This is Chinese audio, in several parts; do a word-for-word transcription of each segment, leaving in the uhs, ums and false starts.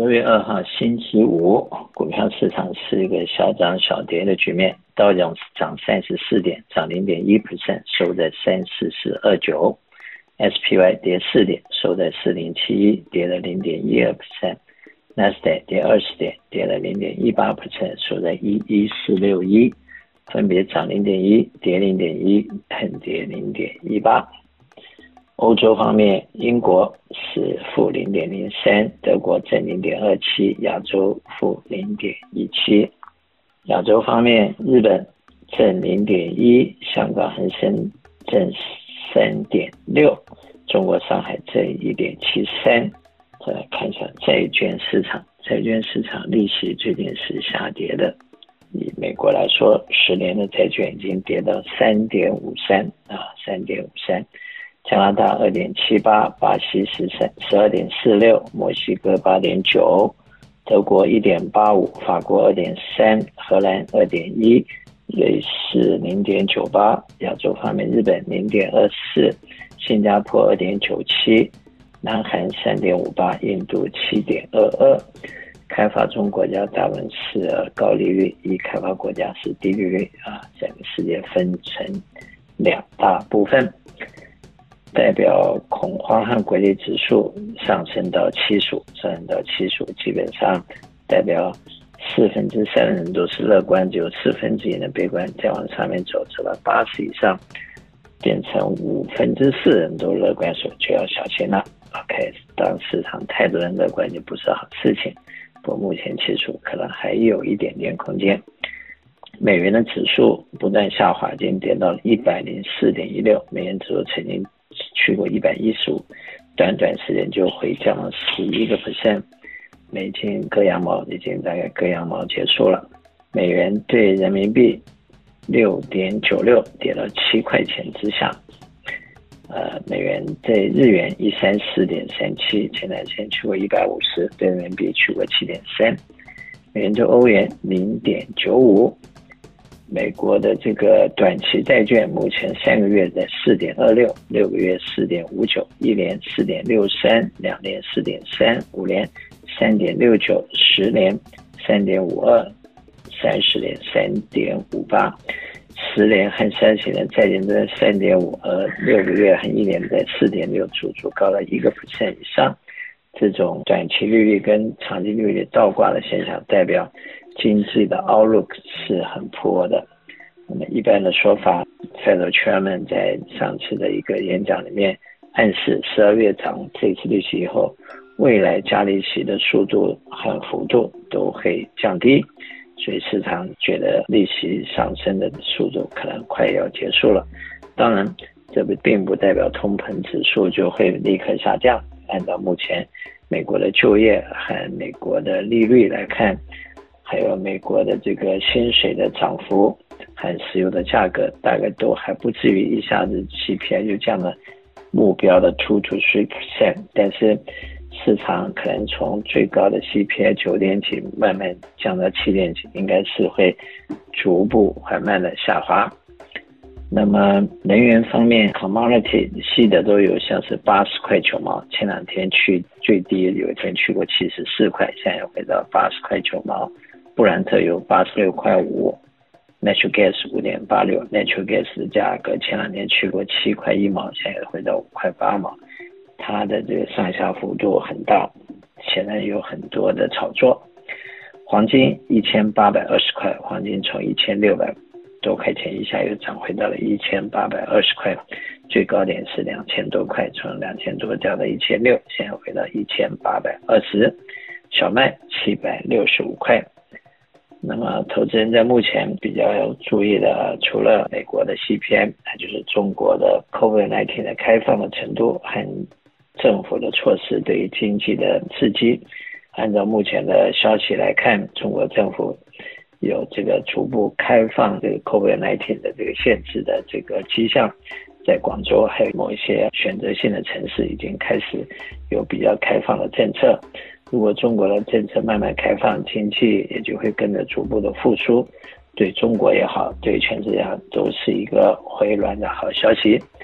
十月二号星期五，股票市场是一个小涨小跌的局面，道琼斯涨三十四点，涨 零点一 percent， 收在三万四千四百二十九 S P Y 跌四点，收在四零七一，跌了 零点一二 percent， 纳斯达克跌二十点，跌了 零点一八 percent， 收在一一四六一，分别涨 零点一， 跌 零点一， 横跌 零点一八。欧洲方面，英国是负 零点零三， 德国正 零点二七， 亚洲负 零点一七。亚洲方面，日本正 零点一， 香港恒生正 三点六， 中国上海正 一点七三。再来看一下债券市场，债券市场利息最近是下跌的。以美国来说，十年的债券已经跌到 三点五三 啊 ，三点五三。加拿大 二点七八， 巴西 十二点四六， 墨西哥 八点九， 德国 一点八五， 法国 二点三， 荷兰 二点一， 瑞士 零点九八， 亚洲方面日本 零点二四， 新加坡 二点九七， 南韩 三点五八， 印度 七点二二。开发中国家大部分是高利率，已开发国家是低利率啊，整个世界分成两大部分。代表恐慌和诡异指数上升到七十五，上升到七十五，基本上代表四分之三的人都是乐观，只有四分之一的悲观。再往上面走，走到八十以上，变成五分之四人都乐观，所以就要小心了。OK， 当市场太多人乐观就不是好事情。不过目前七十五可能还有一点点空间。美元的指数不断下滑，已经跌到 一百零四点一六， 美元指数曾经去过一百一十五，短短时间就回降了 十一个 percent， 美金割羊毛已经大概割羊毛结束了。美元对人民币 六点九六， 跌到七块钱之下。呃，美元对日元 一百三十四点三七， 前两天去过一百五十，对人民币去过 七点三。美元对欧元 零点九五。美国的这个短期债券目前三个月在 四点二六， 六个月 四点五九， 一年 四点六三， 两年 四点三， 五年 三点六九， 十年 三点五二， 三十年 三点五八， 十年和三十年债券在 三点五， 而六个月和一年在 四点六， 足足高了 百分之一 以上。这种短期利率跟长期利率倒挂的现象，代表经济的 outlook 是很 poor 的。那么一般的说法 Federal Chairman 在上次的一个演讲里面暗示十二月涨这次利息以后，未来加利息的速度和幅度都会降低，所以市场觉得利息上升的速度可能快要结束了。当然这并不代表通膨指数就会立刻下降，按照目前美国的就业和美国的利率来看，还有美国的这个薪水的涨幅和石油的价格，大概都还不至于一下子 C P I 就降了目标的 百分之二 到三 percent， 但是市场可能从最高的 C P I 九点几慢慢降到七点几，应该是会逐步缓慢的下滑。那么能源方面 commodity 细的都有，像是八十块九毛，前两天去最低有一天去过七十四块，现在又回到八十块九毛。布兰特有八十六块五， natural gas 五点八六， natural gas 的价格前两天去过七块一毛，现在又回到五块八毛，它的这个上下幅度很大，显然有很多的炒作。黄金一千八百二十块，黄金从一千六百多块钱一下又涨回到了一千八百二十块，最高点是两千多块，从两千多掉到一千六百，现在回到一千八百二十。小麦七百六十五块。那么投资人在目前比较要注意的，除了美国的 C P I， 那就是中国的 COVID 十九 的开放的程度和政府的措施对于经济的刺激。按照目前的消息来看，中国政府有这个逐步开放这个 COVID 十九 的这个限制的这个迹象，在广州还有某一些选择性的城市已经开始有比较开放的政策。如果中国的政策慢慢开放，经济也就会跟着逐步的复苏，对中国也好，对全世界都是一个回暖的好消息。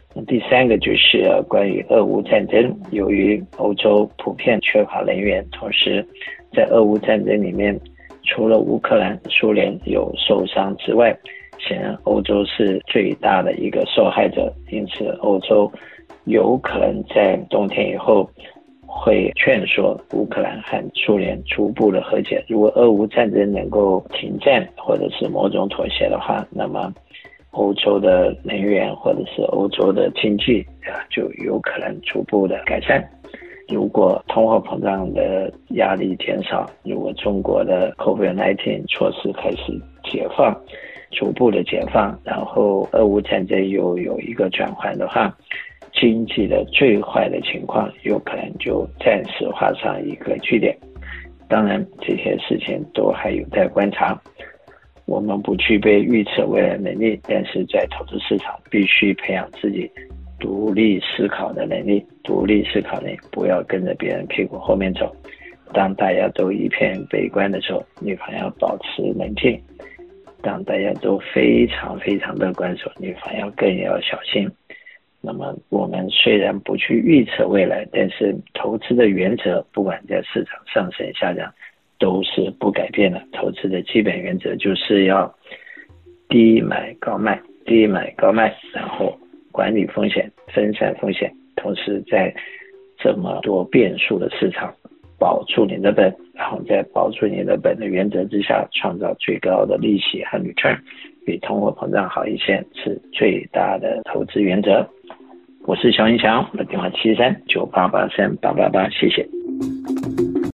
第三个就是关于俄乌战争，由于欧洲普遍缺乏能源，同时在俄乌战争里面，除了乌克兰、苏联有受伤之外，显然欧洲是最大的一个受害者，因此欧洲有可能在冬天以后会劝说乌克兰和苏联逐步的和解。如果俄乌战争能够停战或者是某种妥协的话，那么欧洲的能源或者是欧洲的经济啊，就有可能逐步的改善。如果通货膨胀的压力减少，如果中国的 COVID 十九 措施开始解放，逐步的解放，然后俄乌战争又有一个转换的话，经济的最坏的情况有可能就暂时画上一个句点。当然这些事情都还有待观察，我们不具备预测未来能力，但是在投资市场必须培养自己独立思考的能力，独立思考能力，不要跟着别人屁股后面走。当大家都一片悲观的时候，你反而要保持冷静；当大家都非常非常乐观的时候，你反而更要小心。那么我们虽然不去预测未来，但是投资的原则不管在市场上升下降都是不改变的。投资的基本原则就是要低买高卖，低买高卖，然后管理风险，分散风险，同时在这么多变数的市场保住你的本，然后在保住你的本的原则之下创造最高的利息和 return， 比通货膨胀好一些是最大的投资原则。我是肖云祥，我的电话七三九八八三八八八，谢谢。